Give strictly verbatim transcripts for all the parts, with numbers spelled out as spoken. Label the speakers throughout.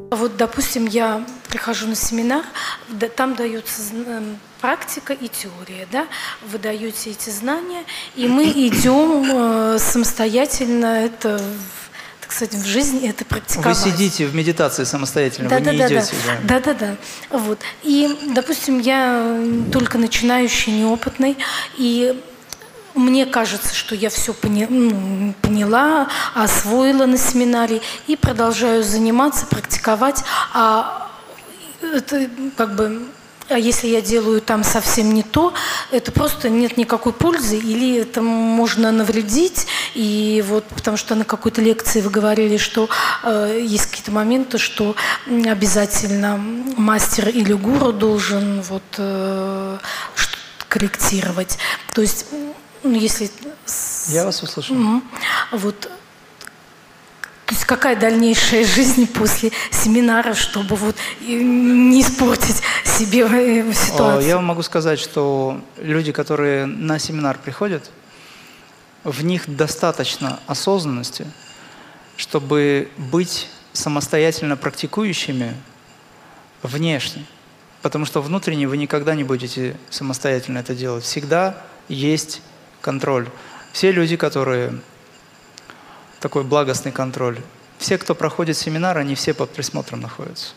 Speaker 1: Вот, допустим, я прихожу на семинар, там дается практика и теория, да? Вы даете эти знания, и мы идем самостоятельно это, так сказать, в жизни это практиковать.
Speaker 2: Вы сидите в медитации самостоятельно,
Speaker 1: да,
Speaker 2: вы
Speaker 1: да,
Speaker 2: не
Speaker 1: да,
Speaker 2: идете.
Speaker 1: Да, да, да, да. Вот. И, допустим, я только начинающий, неопытный, и мне кажется, что я все поняла, освоила на семинаре и продолжаю заниматься, практиковать. А это как бы, а если я делаю там совсем не то, это просто нет никакой пользы, или это можно навредить. И вот, потому что на какой-то лекции вы говорили, что э, есть какие-то моменты, что обязательно мастер или гуру должен вот э, корректировать. То есть ну, если...
Speaker 2: Я вас услышал.
Speaker 1: Угу. Вот. То есть какая дальнейшая жизнь после семинара, чтобы вот не испортить себе ситуацию?
Speaker 2: Я вам могу сказать, что люди, которые на семинар приходят, в них достаточно осознанности, чтобы быть самостоятельно практикующими внешне. Потому что внутренне вы никогда не будете самостоятельно это делать. Всегда есть контроль. Все люди, которые... Такой благостный контроль. Все, кто проходит семинар, они все под присмотром находятся.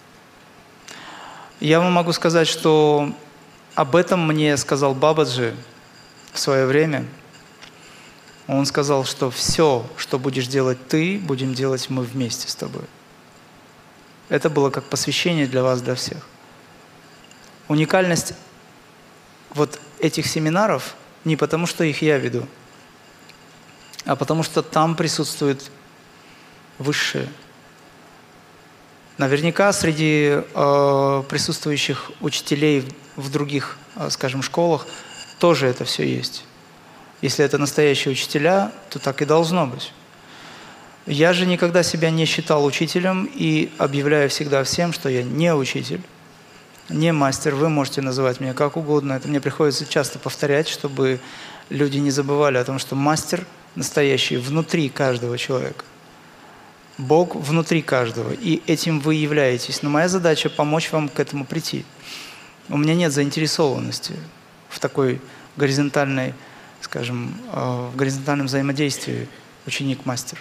Speaker 2: Я вам могу сказать, что об этом мне сказал Бабаджи в свое время. Он сказал, что все, что будешь делать ты, будем делать мы вместе с тобой. Это было как посвящение для вас, для всех. Уникальность вот этих семинаров не потому, что их я веду, а потому что там присутствует высшее. Наверняка среди э, присутствующих учителей в других, э, скажем, школах тоже это все есть. Если это настоящие учителя, то так и должно быть. Я же никогда себя не считал учителем и объявляю всегда всем, что я не учитель, не мастер. Вы можете называть меня как угодно. Это мне приходится часто повторять, чтобы люди не забывали о том, что мастер настоящий внутри каждого человека. Бог внутри каждого. И этим вы являетесь. Но моя задача – помочь вам к этому прийти. У меня нет заинтересованности в такой горизонтальной, скажем, в горизонтальном взаимодействии ученик-мастер.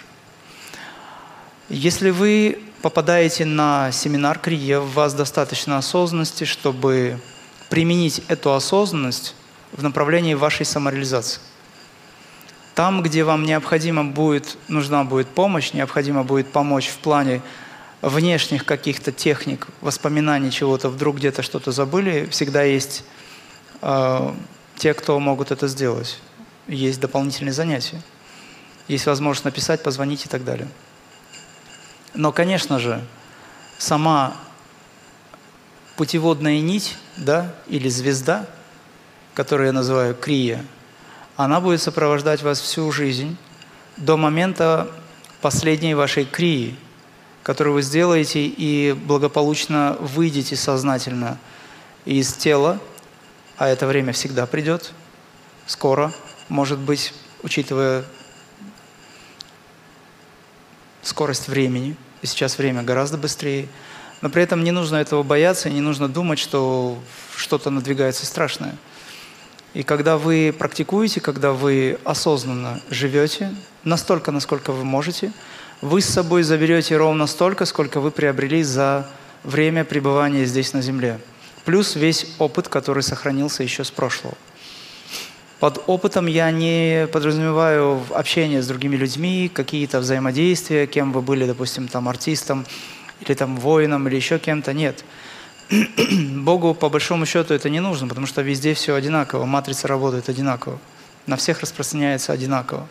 Speaker 2: Если вы попадаете на семинар Крия, у вас достаточно осознанности, чтобы применить эту осознанность в направлении вашей самореализации. Там, где вам необходимо будет, нужна будет помощь, необходимо будет помочь в плане внешних каких-то техник, воспоминаний чего-то, вдруг где-то что-то забыли, всегда есть э, те, кто могут это сделать. Есть дополнительные занятия. Есть возможность написать, позвонить и так далее. Но, конечно же, сама путеводная нить, да, или звезда, которую я называю Крия, она будет сопровождать вас всю жизнь до момента последней вашей крии, которую вы сделаете и благополучно выйдете сознательно из тела, а это время всегда придет, скоро, может быть, учитывая скорость времени, и сейчас время гораздо быстрее, но при этом не нужно этого бояться, и не нужно думать, что что-то надвигается страшное. И когда вы практикуете, когда вы осознанно живете, настолько, насколько вы можете, вы с собой заберете ровно столько, сколько вы приобрели за время пребывания здесь на Земле. Плюс весь опыт, который сохранился еще с прошлого. Под опытом я не подразумеваю общение с другими людьми, какие-то взаимодействия, кем вы были, допустим, там артистом, или там воином, или еще кем-то. Нет. Богу, по большому счету, это не нужно, потому что везде все одинаково, матрица работает одинаково, на всех распространяется одинаково.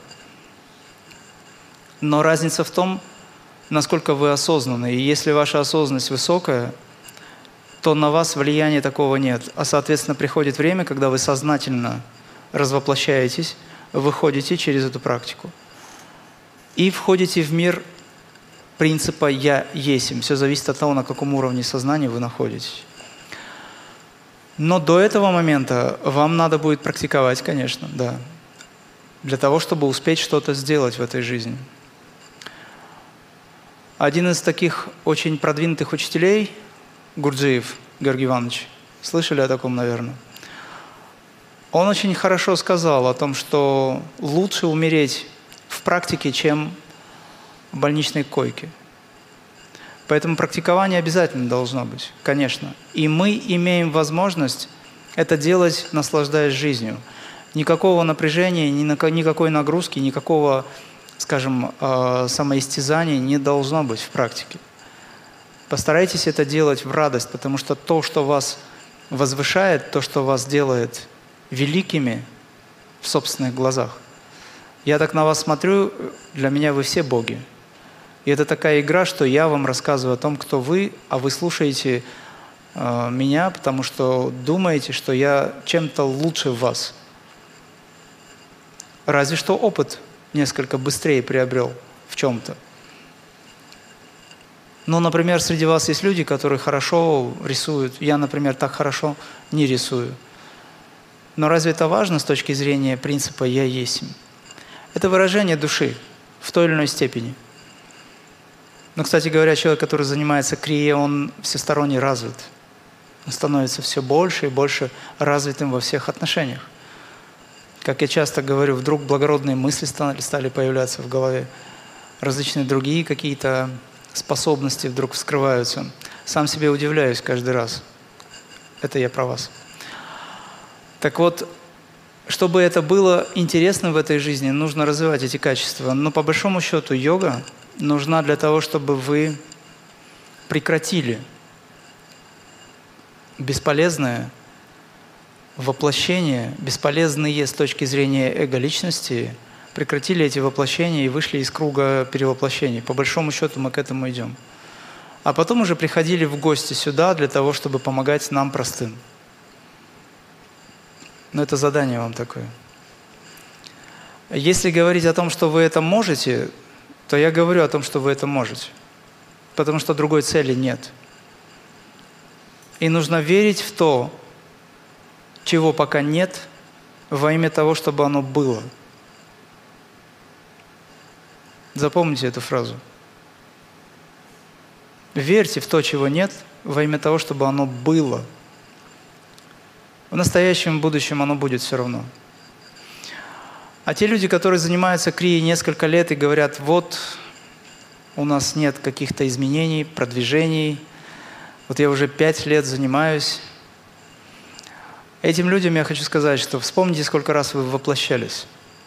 Speaker 2: Но разница в том, насколько вы осознанны. И если ваша осознанность высокая, то на вас влияния такого нет. А, соответственно, приходит время, когда вы сознательно развоплощаетесь, выходите через эту практику и входите в мир принципа «я есмь». Все зависит от того, на каком уровне сознания вы находитесь. Но до этого момента вам надо будет практиковать, конечно, да, для того, чтобы успеть что-то сделать в этой жизни. Один из таких очень продвинутых учителей, Гурджиев Георгий Иванович, слышали о таком, наверное? Он очень хорошо сказал о том, что лучше умереть в практике, чем в больничной койке. Поэтому практикование обязательно должно быть, конечно. И мы имеем возможность это делать, наслаждаясь жизнью. Никакого напряжения, никакой нагрузки, никакого, скажем, самоистязания не должно быть в практике. Постарайтесь это делать в радость, потому что то, что вас возвышает, то, что вас делает великими в собственных глазах. Я так на вас смотрю, для меня вы все боги. И это такая игра, что я вам рассказываю о том, кто вы, а вы слушаете э, меня, потому что думаете, что я чем-то лучше вас. Разве что опыт несколько быстрее приобрел в чем-то. Ну, например, среди вас есть люди, которые хорошо рисуют. Я, например, так хорошо не рисую. Но разве это важно с точки зрения принципа «я есть»? Это выражение души в той или иной степени. Но, кстати говоря, человек, который занимается крия, он всесторонне развит. Он становится все больше и больше развитым во всех отношениях. Как я часто говорю, вдруг благородные мысли стали, стали появляться в голове. Различные другие какие-то способности вдруг вскрываются. Сам себе удивляюсь каждый раз. Это я про вас. Так вот, чтобы это было интересно в этой жизни, нужно развивать эти качества. Но по большому счету йога нужна для того, чтобы вы прекратили бесполезное воплощение, бесполезные с точки зрения эго-личности, прекратили эти воплощения и вышли из круга перевоплощений. По большому счету мы к этому идем. А потом уже приходили в гости сюда для того, чтобы помогать нам простым. Но это задание вам такое. Если говорить о том, что вы это можете, то я говорю о том, что вы это можете. Потому что другой цели нет. И нужно верить в то, чего пока нет, во имя того, чтобы оно было. Запомните эту фразу. Верьте в то, чего нет, во имя того, чтобы оно было. В настоящем и будущем оно будет все равно. А те люди, которые занимаются крией несколько лет и говорят, вот у нас нет каких-то изменений, продвижений, вот я уже пять лет занимаюсь. Этим людям я хочу сказать, что вспомните, сколько раз вы воплощались.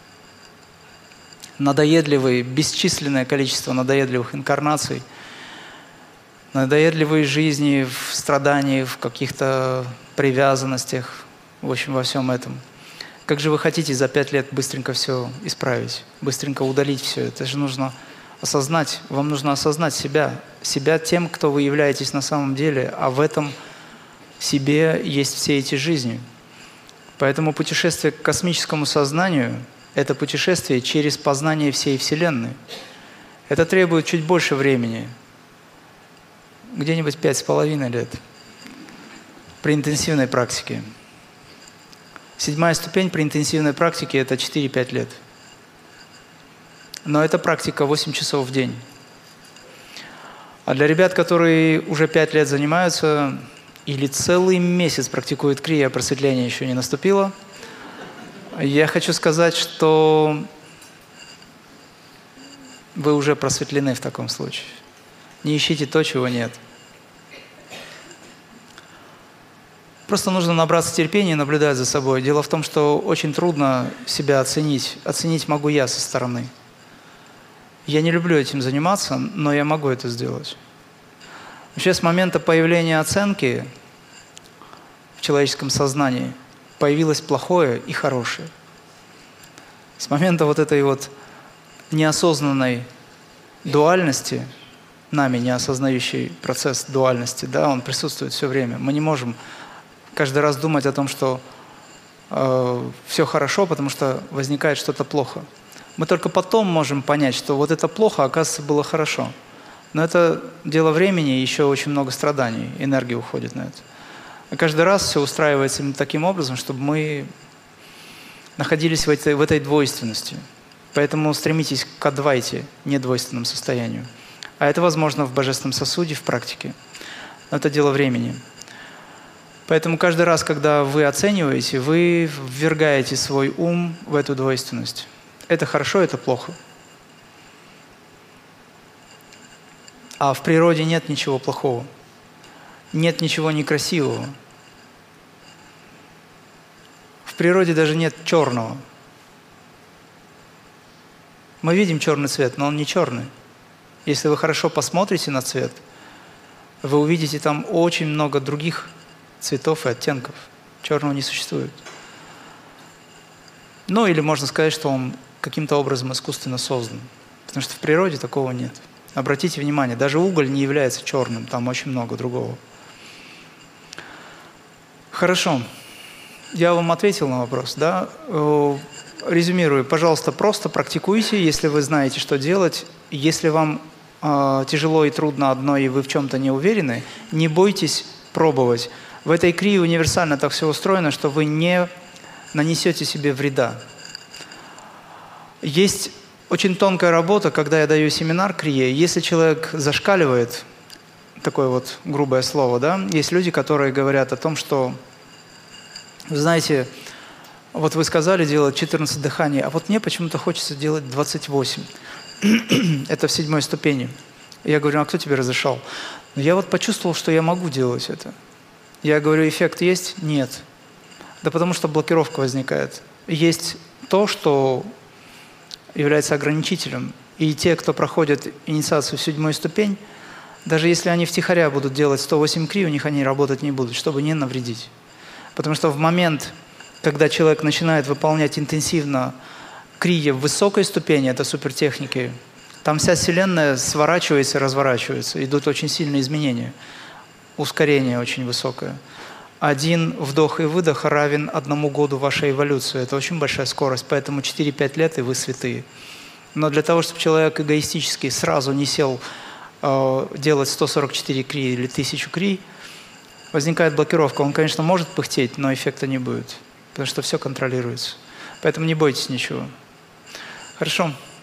Speaker 2: Надоедливые, бесчисленное количество надоедливых инкарнаций, надоедливые жизни в страдании, в каких-то привязанностях, в общем, во всем этом. Как же вы хотите за пять лет быстренько все исправить, быстренько удалить все? Это же нужно осознать, вам нужно осознать себя, себя тем, кто вы являетесь на самом деле, а в этом себе есть все эти жизни. Поэтому путешествие к космическому сознанию – это путешествие через познание всей Вселенной. Это требует чуть больше времени, где-нибудь пять с половиной лет при интенсивной практике. Седьмая ступень при интенсивной практике – это четыре-пять лет. Но это практика восемь часов в день. А для ребят, которые уже пять лет занимаются или целый месяц практикуют крия, а просветление еще не наступило, я хочу сказать, что вы уже просветлены в таком случае. Не ищите то, чего нет. Просто нужно набраться терпения и наблюдать за собой. Дело в том, что очень трудно себя оценить. Оценить могу я со стороны. Я не люблю этим заниматься, но я могу это сделать. Вообще, с момента появления оценки в человеческом сознании появилось плохое и хорошее. С момента вот этой вот неосознанной дуальности, нами не осознающий процесс дуальности, да, он присутствует все время. Мы не можем каждый раз думать о том, что э, все хорошо, потому что возникает что-то плохо. Мы только потом можем понять, что вот это плохо, а оказывается, было хорошо. Но это дело времени, еще очень много страданий, энергии уходит на это. А каждый раз все устраивается именно таким образом, чтобы мы находились в этой, в этой двойственности. Поэтому стремитесь к адвайте, недвойственному состоянию. А это возможно в божественном сосуде, в практике. Но это дело времени. Поэтому каждый раз, когда вы оцениваете, вы ввергаете свой ум в эту двойственность. Это хорошо, это плохо. А в природе нет ничего плохого. Нет ничего некрасивого. В природе даже нет черного. Мы видим черный цвет, но он не черный. Если вы хорошо посмотрите на цвет, вы увидите там очень много других цветов и оттенков. Черного не существует. Ну или можно сказать, что он каким-то образом искусственно создан. Потому что в природе такого нет. Обратите внимание, даже уголь не является черным, там очень много другого. Хорошо. Я вам ответил на вопрос, да? Резюмирую. Пожалуйста, просто практикуйте, если вы знаете, что делать. Если вам э, тяжело и трудно одно, и вы в чем-то не уверены, не бойтесь пробовать. В этой крии универсально так все устроено, что вы не нанесете себе вреда. Есть очень тонкая работа, когда я даю семинар крие. Если человек зашкаливает, такое вот грубое слово, да, есть люди, которые говорят о том, что, вы знаете, вот вы сказали делать четырнадцать дыханий, а вот мне почему-то хочется делать двадцать восемь. Это в седьмой ступени. Я говорю, а кто тебе разрешал? Но я вот почувствовал, что я могу делать это. Я говорю, эффект есть? Нет. Да потому что блокировка возникает. Есть то, что является ограничителем. И те, кто проходят инициацию в седьмую ступень, даже если они втихаря будут делать сто восемь кри, у них они работать не будут, чтобы не навредить. Потому что в момент, когда человек начинает выполнять интенсивно крия в высокой ступени, это супертехники, там вся Вселенная сворачивается и разворачивается. Идут очень сильные изменения. Ускорение очень высокое. Один вдох и выдох равен одному году вашей эволюции. Это очень большая скорость, поэтому четыре-пять лет, и вы святые. Но для того, чтобы человек эгоистически сразу не сел э, делать сто сорок четыре кри или тысячу кри, возникает блокировка. Он, конечно, может пыхтеть, но эффекта не будет, потому что все контролируется. Поэтому не бойтесь ничего. Хорошо.